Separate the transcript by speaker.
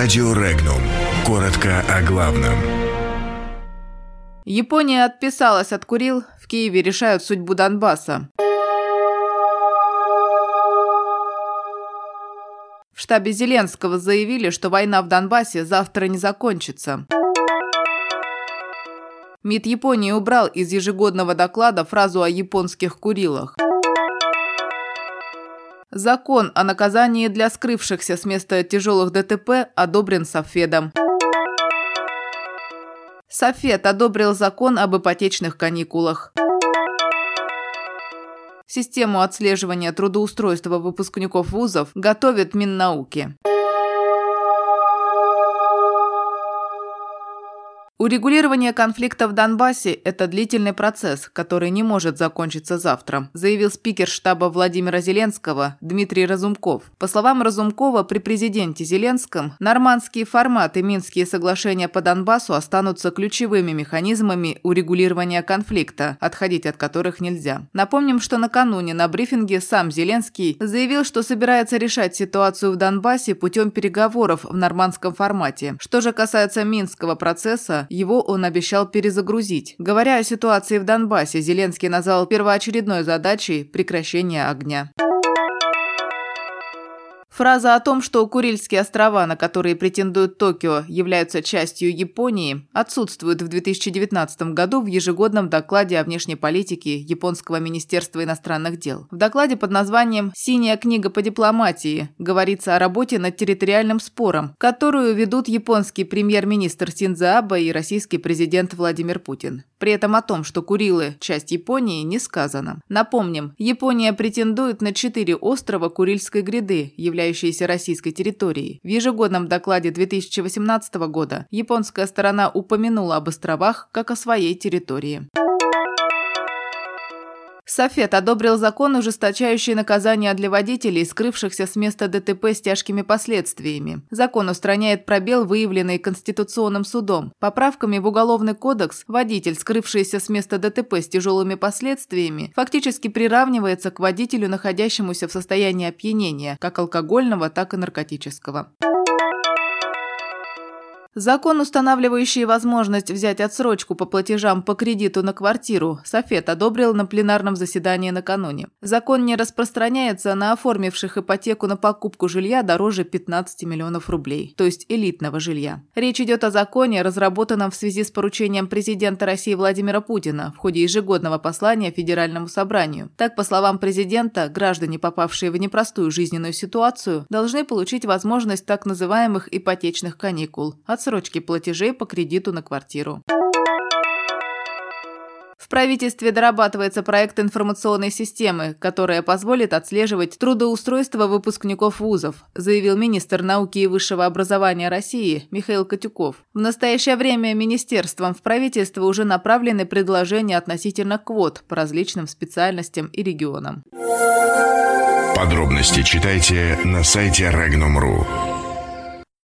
Speaker 1: Радио Регнум. Коротко о главном.
Speaker 2: Япония отписалась от Курил, в Киеве решают судьбу Донбасса. В штабе Зеленского заявили, что война в Донбассе завтра не закончится. МИД Японии убрал из ежегодного доклада фразу о японских Курилах. Закон о наказании для скрывшихся с места тяжелых ДТП одобрен Совфедом. Совфед одобрил закон об ипотечных каникулах. Систему отслеживания трудоустройства выпускников вузов готовит Миннауки. Урегулирование конфликта в Донбассе – это длительный процесс, который не может закончиться завтра, заявил спикер штаба Владимира Зеленского Дмитрий Разумков. По словам Разумкова, при президенте Зеленском нормандский формат и Минские соглашения по Донбассу останутся ключевыми механизмами урегулирования конфликта, отходить от которых нельзя. Напомним, что накануне на брифинге сам Зеленский заявил, что собирается решать ситуацию в Донбассе путем переговоров в нормандском формате. Что же касается Минского процесса, его он обещал перезагрузить. Говоря о ситуации в Донбассе, Зеленский назвал первоочередной задачей прекращение огня. Фраза о том, что Курильские острова, на которые претендует Токио, являются частью Японии, отсутствует в 2019 году в ежегодном докладе о внешней политике Японского министерства иностранных дел. В докладе под названием «Синяя книга по дипломатии» говорится о работе над территориальным спором, которую ведут японский премьер-министр Синдзо Абе и российский президент Владимир Путин. При этом о том, что Курилы – часть Японии, не сказано. Напомним, Япония претендует на 4 острова Курильской гряды, являющиеся российской территорией. В ежегодном докладе 2018 года японская сторона упомянула об островах как о своей территории. Совфед одобрил закон, ужесточающий наказания для водителей, скрывшихся с места ДТП с тяжкими последствиями. Закон устраняет пробел, выявленный Конституционным судом. Поправками в Уголовный кодекс водитель, скрывшийся с места ДТП с тяжелыми последствиями, фактически приравнивается к водителю, находящемуся в состоянии опьянения, как алкогольного, так и наркотического. Закон, устанавливающий возможность взять отсрочку по платежам по кредиту на квартиру, Совфед одобрил на пленарном заседании накануне. Закон не распространяется на оформивших ипотеку на покупку жилья дороже 15 миллионов рублей, то есть элитного жилья. Речь идет о законе, разработанном в связи с поручением президента России Владимира Путина в ходе ежегодного послания Федеральному собранию. Так, по словам президента, граждане, попавшие в непростую жизненную ситуацию, должны получить возможность так называемых ипотечных каникул – отсрочки платежей по кредиту на квартиру. В правительстве дорабатывается проект информационной системы, которая позволит отслеживать трудоустройство выпускников вузов, заявил министр науки и высшего образования России Михаил Котюков. В настоящее время министерством в правительство уже направлены предложения относительно квот по различным специальностям и регионам.
Speaker 1: Подробности читайте на сайте Regnum.ru.